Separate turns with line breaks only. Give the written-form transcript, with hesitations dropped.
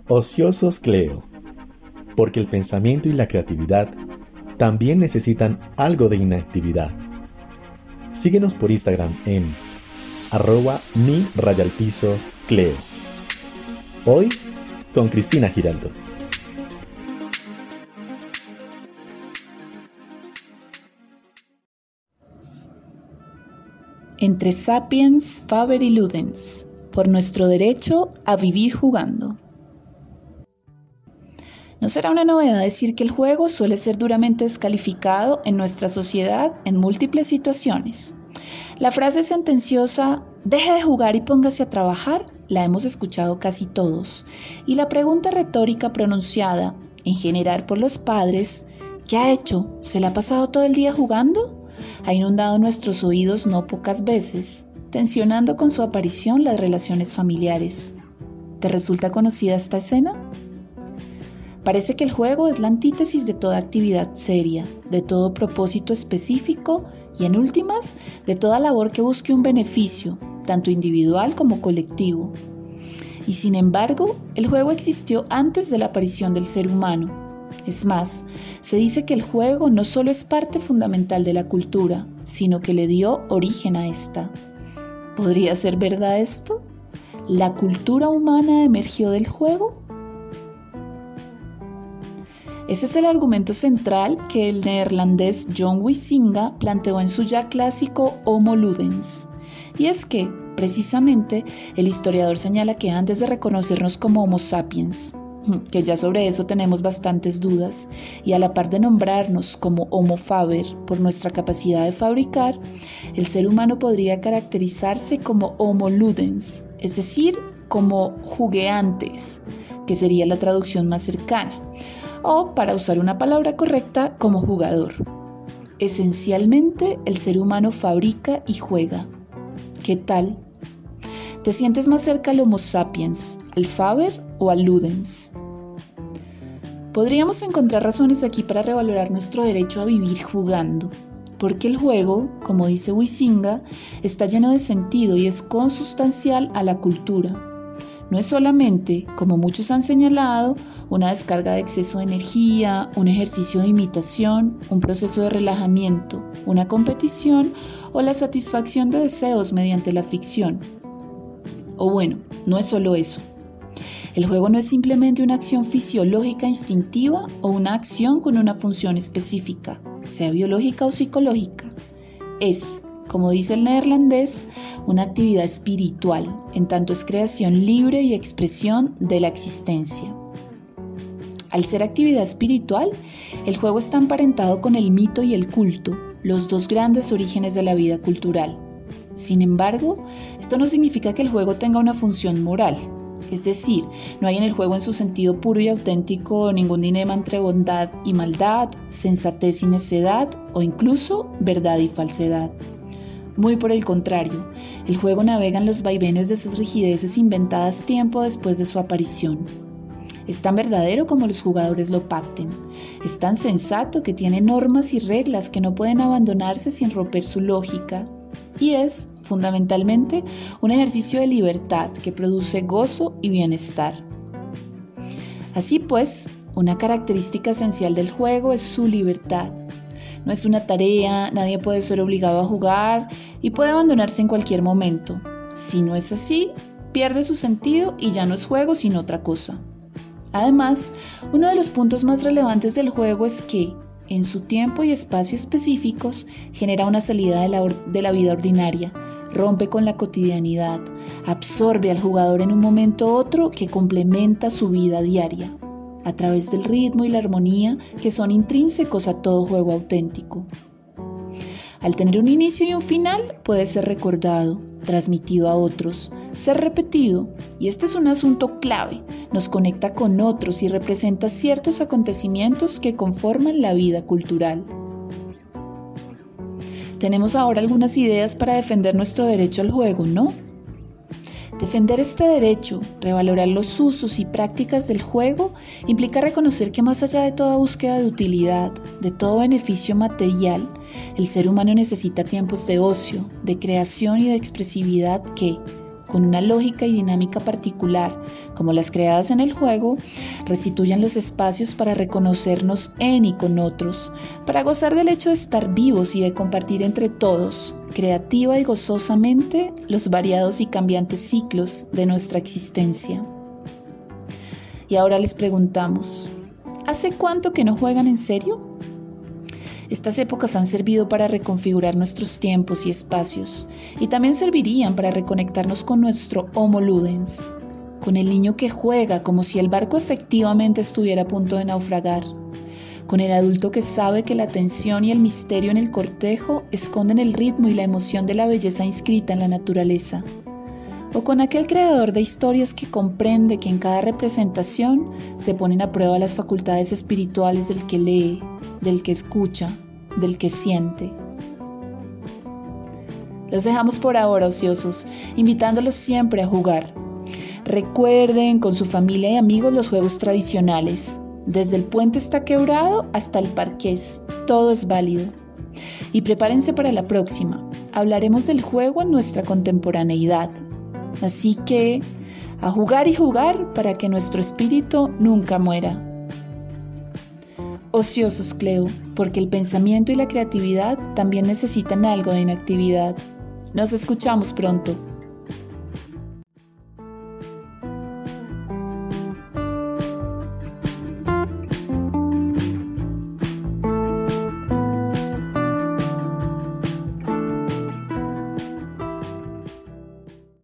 Ociosos Cleo, porque el pensamiento y la creatividad también necesitan algo de inactividad. Síguenos por Instagram en @mi_Cleo. Hoy con Cristina Giraldo.
Entre Sapiens, Faber y Ludens, por nuestro derecho a vivir jugando. No será una novedad decir que el juego suele ser duramente descalificado en nuestra sociedad en múltiples situaciones. La frase sentenciosa, deje de jugar y póngase a trabajar, la hemos escuchado casi todos. Y la pregunta retórica pronunciada, en general por los padres, ¿qué ha hecho? ¿Se la ha pasado todo el día jugando? Ha inundado nuestros oídos no pocas veces, tensionando con su aparición las relaciones familiares. ¿Te resulta conocida esta escena? Parece que el juego es la antítesis de toda actividad seria, de todo propósito específico y, en últimas, de toda labor que busque un beneficio, tanto individual como colectivo. Y sin embargo, el juego existió antes de la aparición del ser humano. Es más, se dice que el juego no solo es parte fundamental de la cultura, sino que le dio origen a esta. ¿Podría ser verdad esto? ¿La cultura humana emergió del juego? Ese es el argumento central que el neerlandés John Huizinga planteó en su ya clásico Homo Ludens. Y es que, precisamente, el historiador señala que antes de reconocernos como Homo sapiens, que ya sobre eso tenemos bastantes dudas, y a la par de nombrarnos como Homo faber por nuestra capacidad de fabricar, el ser humano podría caracterizarse como Homo ludens, es decir, como jugueantes, que sería la traducción más cercana, o, para usar una palabra correcta, como jugador. Esencialmente, el ser humano fabrica y juega. ¿Qué tal? ¿Te sientes más cerca al Homo sapiens, al faber o al ludens? Podríamos encontrar razones aquí para revalorar nuestro derecho a vivir jugando, porque el juego, como dice Huizinga, está lleno de sentido y es consustancial a la cultura. No es solamente, como muchos han señalado, una descarga de exceso de energía, un ejercicio de imitación, un proceso de relajamiento, una competición o la satisfacción de deseos mediante la ficción. O bueno, no es solo eso. El juego no es simplemente una acción fisiológica instintiva o una acción con una función específica, sea biológica o psicológica. Es, como dice el neerlandés, una actividad espiritual, en tanto es creación libre y expresión de la existencia. Al ser actividad espiritual, el juego está emparentado con el mito y el culto, los dos grandes orígenes de la vida cultural. Sin embargo, esto no significa que el juego tenga una función moral. Es decir, no hay en el juego en su sentido puro y auténtico ningún dilema entre bondad y maldad, sensatez y necedad o incluso verdad y falsedad. Muy por el contrario, el juego navega en los vaivenes de esas rigideces inventadas tiempo después de su aparición. Es tan verdadero como los jugadores lo pacten. Es tan sensato que tiene normas y reglas que no pueden abandonarse sin romper su lógica. Y es, fundamentalmente, un ejercicio de libertad que produce gozo y bienestar. Así pues, una característica esencial del juego es su libertad. No es una tarea, nadie puede ser obligado a jugar y puede abandonarse en cualquier momento. Si no es así, pierde su sentido y ya no es juego sino otra cosa. Además, uno de los puntos más relevantes del juego es que, en su tiempo y espacio específicos, genera una salida de la vida ordinaria, rompe con la cotidianidad, absorbe al jugador en un momento u otro que complementa su vida diaria, a través del ritmo y la armonía que son intrínsecos a todo juego auténtico. Al tener un inicio y un final, puede ser recordado, transmitido a otros, ser repetido, y este es un asunto clave, nos conecta con otros y representa ciertos acontecimientos que conforman la vida cultural. Tenemos ahora algunas ideas para defender nuestro derecho al juego, ¿no? Defender este derecho, revalorar los usos y prácticas del juego, implica reconocer que más allá de toda búsqueda de utilidad, de todo beneficio material, el ser humano necesita tiempos de ocio, de creación y de expresividad que, con una lógica y dinámica particular, como las creadas en el juego, restituyan los espacios para reconocernos en y con otros, para gozar del hecho de estar vivos y de compartir entre todos, creativa y gozosamente, los variados y cambiantes ciclos de nuestra existencia. Y ahora les preguntamos, ¿hace cuánto que no juegan en serio? Estas épocas han servido para reconfigurar nuestros tiempos y espacios, y también servirían para reconectarnos con nuestro Homo Ludens, con el niño que juega como si el barco efectivamente estuviera a punto de naufragar, con el adulto que sabe que la tensión y el misterio en el cortejo esconden el ritmo y la emoción de la belleza inscrita en la naturaleza, o con aquel creador de historias que comprende que en cada representación se ponen a prueba las facultades espirituales del que lee, del que escucha, del que siente. Los dejamos por ahora ociosos, invitándolos siempre a jugar. Recuerden con su familia y amigos los juegos tradicionales. Desde el puente está quebrado hasta el parqués, todo es válido. Y prepárense para la próxima. Hablaremos del juego en nuestra contemporaneidad. Así que, a jugar y jugar para que nuestro espíritu nunca muera. Ociosos, Cleo, porque el pensamiento y la creatividad también necesitan algo de inactividad. Nos escuchamos pronto.